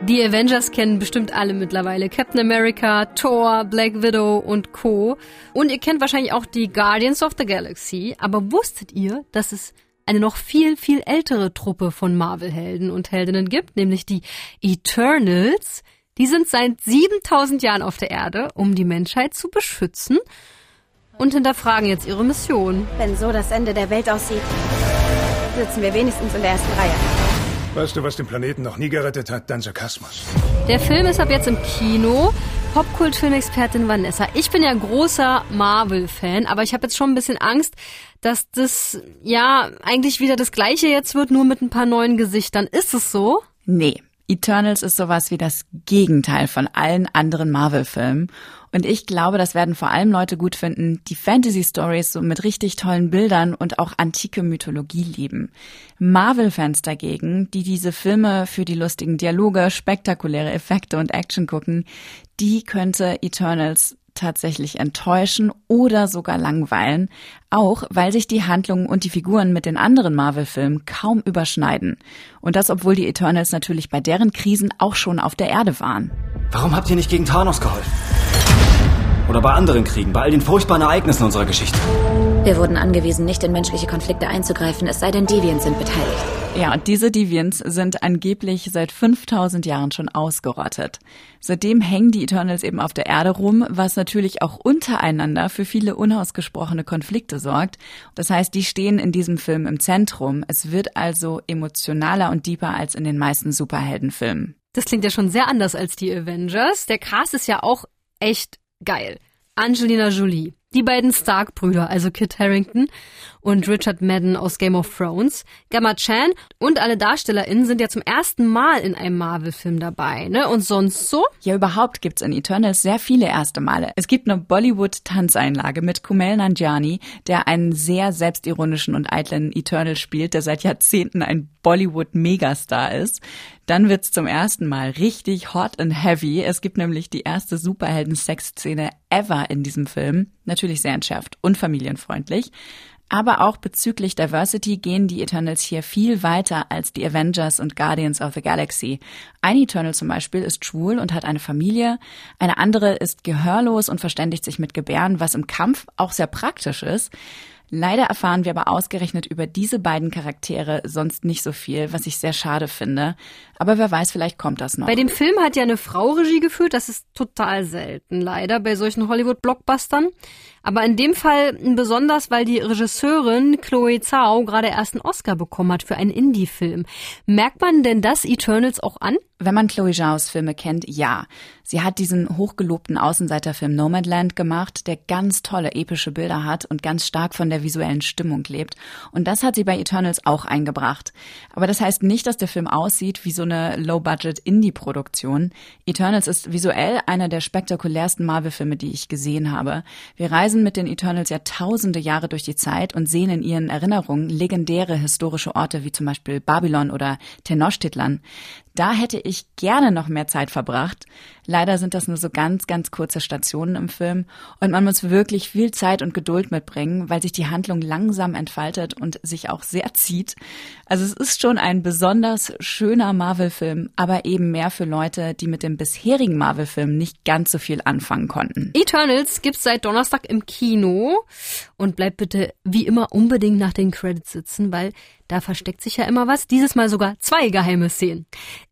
Die Avengers kennen bestimmt alle mittlerweile. Captain America, Thor, Black Widow und Co. Und ihr kennt wahrscheinlich auch die Guardians of the Galaxy. Aber wusstet ihr, dass es eine noch viel, viel ältere Truppe von Marvel-Helden und Heldinnen gibt, nämlich die Eternals? Die sind seit 7000 Jahren auf der Erde, um die Menschheit zu beschützen und hinterfragen jetzt ihre Mission. Wenn so das Ende der Welt aussieht, sitzen wir wenigstens in der ersten Reihe. Weißt du, was den Planeten noch nie gerettet hat? Dein Sarkasmus. Der Film ist ab jetzt im Kino. Popkulturexpertin Vanessa. Ich bin ja großer Marvel-Fan, aber ich habe jetzt schon ein bisschen Angst, dass das ja eigentlich wieder das Gleiche jetzt wird, nur mit ein paar neuen Gesichtern. Ist es so? Nee. Eternals ist sowas wie das Gegenteil von allen anderen Marvel-Filmen. Und ich glaube, das werden vor allem Leute gut finden, die Fantasy-Stories so mit richtig tollen Bildern und auch antike Mythologie lieben. Marvel-Fans dagegen, die diese Filme für die lustigen Dialoge, spektakuläre Effekte und Action gucken, die könnte Eternals tatsächlich enttäuschen oder sogar langweilen, auch weil sich die Handlungen und die Figuren mit den anderen Marvel-Filmen kaum überschneiden. Und das, obwohl die Eternals natürlich bei deren Krisen auch schon auf der Erde waren. Warum habt ihr nicht gegen Thanos geholfen? Oder bei anderen Kriegen, bei all den furchtbaren Ereignissen unserer Geschichte? Wir wurden angewiesen, nicht in menschliche Konflikte einzugreifen, es sei denn, Deviants sind beteiligt. Ja, und diese Deviants sind angeblich seit 5000 Jahren schon ausgerottet. Seitdem hängen die Eternals eben auf der Erde rum, was natürlich auch untereinander für viele unausgesprochene Konflikte sorgt. Das heißt, die stehen in diesem Film im Zentrum. Es wird also emotionaler und deeper als in den meisten Superheldenfilmen. Das klingt ja schon sehr anders als die Avengers. Der Cast ist ja auch echt geil. Angelina Jolie, die beiden Stark-Brüder, also Kit Harington und Richard Madden aus Game of Thrones, Gemma Chan und alle DarstellerInnen sind ja zum ersten Mal in einem Marvel-Film dabei, ne? Und sonst so? Ja, überhaupt gibt's in Eternals sehr viele erste Male. Es gibt eine Bollywood-Tanzeinlage mit Kumail Nanjiani, der einen sehr selbstironischen und eitlen Eternal spielt, der seit Jahrzehnten ein Bollywood-Megastar ist. Dann wird's zum ersten Mal richtig hot and heavy. Es gibt nämlich die erste Superhelden-Sex-Szene ever in diesem Film. Natürlich sehr entschärft und familienfreundlich. Aber auch bezüglich Diversity gehen die Eternals hier viel weiter als die Avengers und Guardians of the Galaxy. Ein Eternal zum Beispiel ist schwul und hat eine Familie. Eine andere ist gehörlos und verständigt sich mit Gebären, was im Kampf auch sehr praktisch ist. Leider erfahren wir aber ausgerechnet über diese beiden Charaktere sonst nicht so viel, was ich sehr schade finde. Aber wer weiß, vielleicht kommt das noch. Bei dem Film hat ja eine Frau Regie geführt. Das ist total selten, leider, bei solchen Hollywood-Blockbustern. Aber in dem Fall besonders, weil die Regisseurin Chloe Zhao gerade erst einen Oscar bekommen hat für einen Indie-Film. Merkt man denn das Eternals auch an? Wenn man Chloe Zhaos Filme kennt, ja. Sie hat diesen hochgelobten Außenseiterfilm Nomadland gemacht, der ganz tolle epische Bilder hat und ganz stark von der visuellen Stimmung lebt. Und das hat sie bei Eternals auch eingebracht. Aber das heißt nicht, dass der Film aussieht wie so eine Low-Budget-Indie-Produktion. Eternals ist visuell einer der spektakulärsten Marvel-Filme, die ich gesehen habe. Wir reisen mit den Eternals ja tausende Jahre durch die Zeit und sehen in ihren Erinnerungen legendäre historische Orte wie zum Beispiel Babylon oder Tenochtitlan. Da hätte ich gerne noch mehr Zeit verbracht. Leider sind das nur so ganz, ganz kurze Stationen im Film und man muss wirklich viel Zeit und Geduld mitbringen, weil sich die Handlung langsam entfaltet und sich auch sehr zieht. Also es ist schon ein besonders schöner Marvel-Film, aber eben mehr für Leute, die mit dem bisherigen Marvel-Film nicht ganz so viel anfangen konnten. Eternals gibt's seit Donnerstag im Kino und bleibt bitte wie immer unbedingt nach den Credits sitzen, weil da versteckt sich ja immer was. Dieses Mal sogar 2 geheime Szenen.